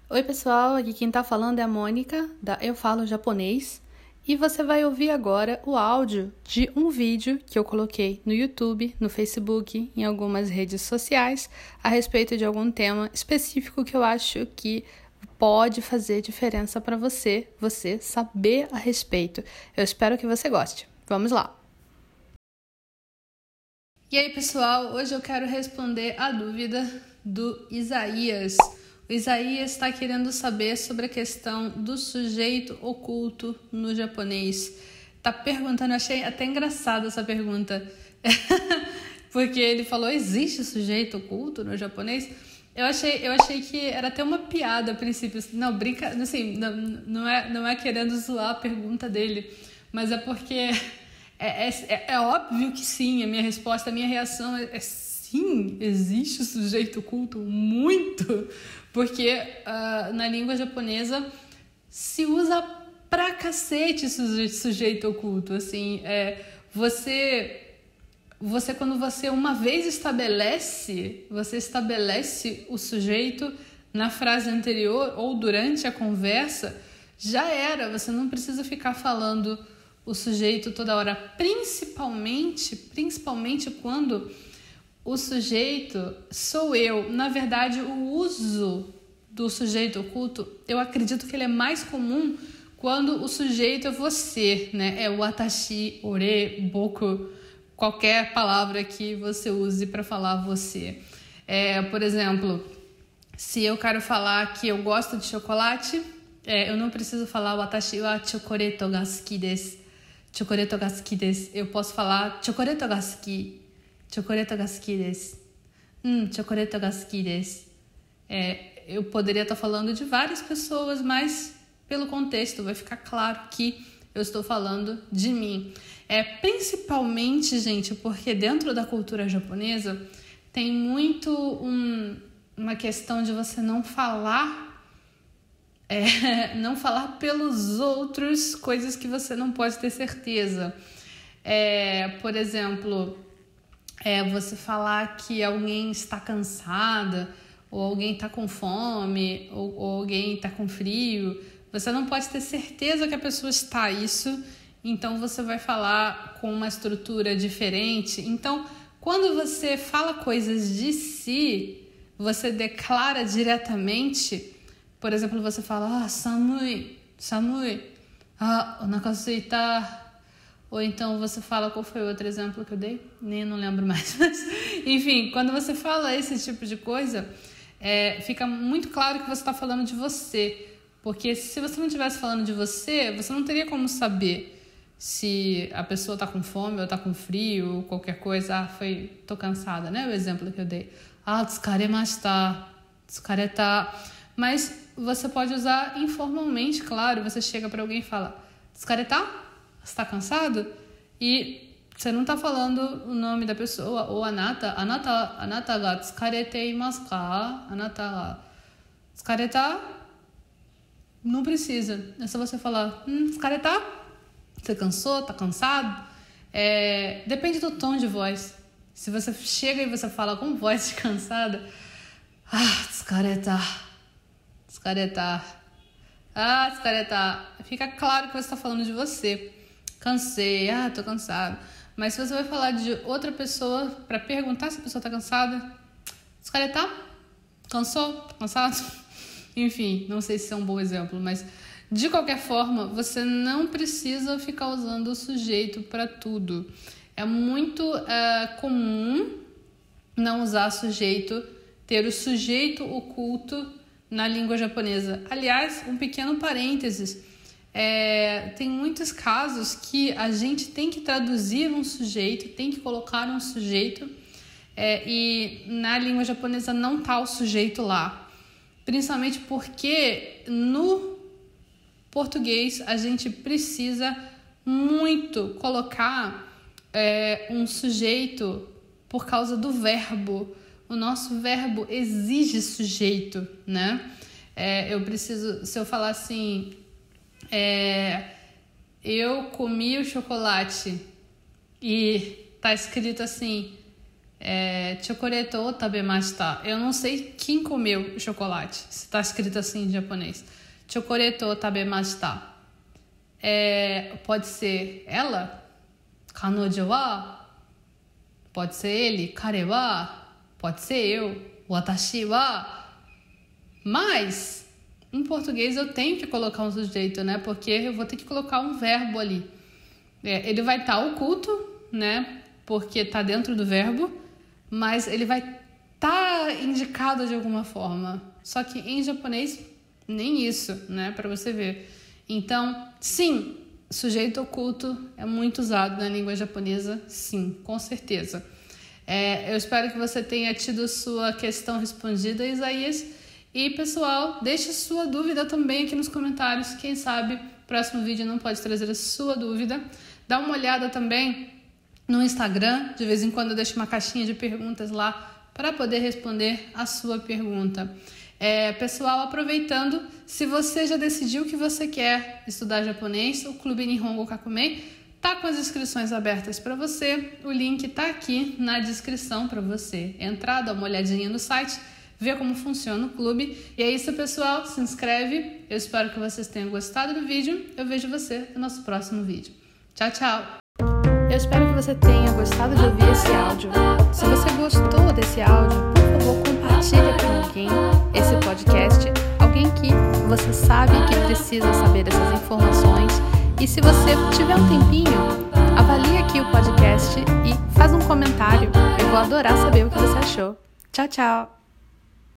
Oi pessoal, aqui quem tá falando é a Mônica, da Eu Falo Japonês, e você vai ouvir agora o áudio de um vídeo que eu coloquei no YouTube, no Facebook, em algumas redes sociais, a respeito de algum tema específico que eu acho que pode fazer diferença para você saber a respeito. Eu espero que você goste. Vamos lá! E aí pessoal, hoje eu quero responder a dúvida do Isaías. O Isaías está querendo saber sobre a questão do sujeito oculto no japonês. Tá perguntando, eu achei até engraçada essa pergunta, porque ele falou, existe sujeito oculto no japonês? Eu achei que era até uma piada a princípio. Não, assim, não é querendo zoar a pergunta dele, mas é porque é óbvio que sim. A minha resposta, a minha reação é sim, existe sujeito oculto, muito, porque na língua japonesa se usa pra cacete sujeito oculto, assim, você quando você uma vez estabelece o sujeito na frase anterior ou durante a conversa, já era, você não precisa ficar falando o sujeito toda hora, principalmente quando o sujeito sou eu. Na verdade, o uso do sujeito oculto, eu acredito que ele é mais comum quando o sujeito é você, né? É o watashi, ore, boku, qualquer palavra que você use para falar você. Por exemplo, se eu quero falar que eu gosto de chocolate, eu não preciso falar watashi wa chocoreto ga suki desu. Chocoreto ga suki desu. Eu posso falar chocoreto ga suki. Chocoreto ga suki desu. Chocoreto ga suki desu. Eu poderia estar falando de várias pessoas, mas pelo contexto vai ficar claro que eu estou falando de mim. Principalmente, gente, porque dentro da cultura japonesa tem muito uma questão de você não falar pelos outros coisas que você não pode ter certeza. Por exemplo, você falar que alguém está cansada, ou alguém está com fome, ou alguém está com frio. Você não pode ter certeza que a pessoa está isso, então você vai falar com uma estrutura diferente. Então, quando você fala coisas de si, você declara diretamente. Por exemplo, você fala, samui, onaka suita. Ou então você fala, qual foi o outro exemplo que eu dei? Nem não lembro mais. Mas, enfim, quando você fala esse tipo de coisa, fica muito claro que você está falando de você. Porque se você não estivesse falando de você, você não teria como saber se a pessoa está com fome ou está com frio ou qualquer coisa. Tô cansada, né? O exemplo que eu dei. Tsukaremashita, tsukareta. Mas você pode usar informalmente, claro. Você chega para alguém e fala, tsukareta? Você está cansado? E você não está falando o nome da pessoa, ou anata ga tsukarete imasu ka? Anata ga tsukareta? Não precisa. É só você falar, tsukareta? Você cansou? Tá cansado? Depende do tom de voz. Se você chega e você fala com voz de cansada, tsukareta. Tsukareta. Tsukareta. Fica claro que você está falando de você. Cansei, tô cansado. Mas se você vai falar de outra pessoa para perguntar se a pessoa tá cansada, tsukareta? Cansou? Cansado? Enfim, não sei se é um bom exemplo, mas de qualquer forma, você não precisa ficar usando o sujeito para tudo. É muito comum não usar sujeito, ter o sujeito oculto na língua japonesa. Aliás, um pequeno parênteses. Tem muitos casos que a gente tem que traduzir um sujeito, tem que colocar um sujeito, e na língua japonesa não tá o sujeito lá. Principalmente porque no português a gente precisa muito colocar um sujeito por causa do verbo. O nosso verbo exige sujeito, né? Se eu falar assim, eu comi o chocolate e tá escrito assim, chocolate o tabemashita. Eu não sei quem comeu o chocolate, se está escrito assim em japonês. Chocolate o tabemashita. Pode ser ela, kanojo wa, pode ser ele, kare wa, pode ser eu, watashi wa. Mas em português eu tenho que colocar um sujeito, né? Porque eu vou ter que colocar um verbo ali. Ele vai estar oculto, né? Porque está dentro do verbo, mas ele vai estar indicado de alguma forma. Só que em japonês, nem isso, né? Para você ver. Então, sim, sujeito oculto é muito usado na língua japonesa, sim, com certeza. Eu espero que você tenha tido sua questão respondida, Isaías. E, pessoal, deixe sua dúvida também aqui nos comentários. Quem sabe o próximo vídeo não pode trazer a sua dúvida. Dá uma olhada também no Instagram. De vez em quando eu deixo uma caixinha de perguntas lá para poder responder a sua pergunta. Pessoal, aproveitando, se você já decidiu que você quer estudar japonês, o Clube Nihongo Kakumei tá com as inscrições abertas para você. O link tá aqui na descrição para você entrar, dar uma olhadinha no site, ver como funciona o clube. E é isso, pessoal. Se inscreve. Eu espero que vocês tenham gostado do vídeo. Eu vejo você no nosso próximo vídeo. Tchau, tchau! Eu espero que você tenha gostado de ouvir esse áudio. Se você gostou desse áudio, por favor, compartilhe com alguém esse podcast, alguém que você sabe que precisa saber dessas informações. E se você tiver um tempinho, avalie aqui o podcast e faz um comentário. Eu vou adorar saber o que você achou. Tchau, tchau!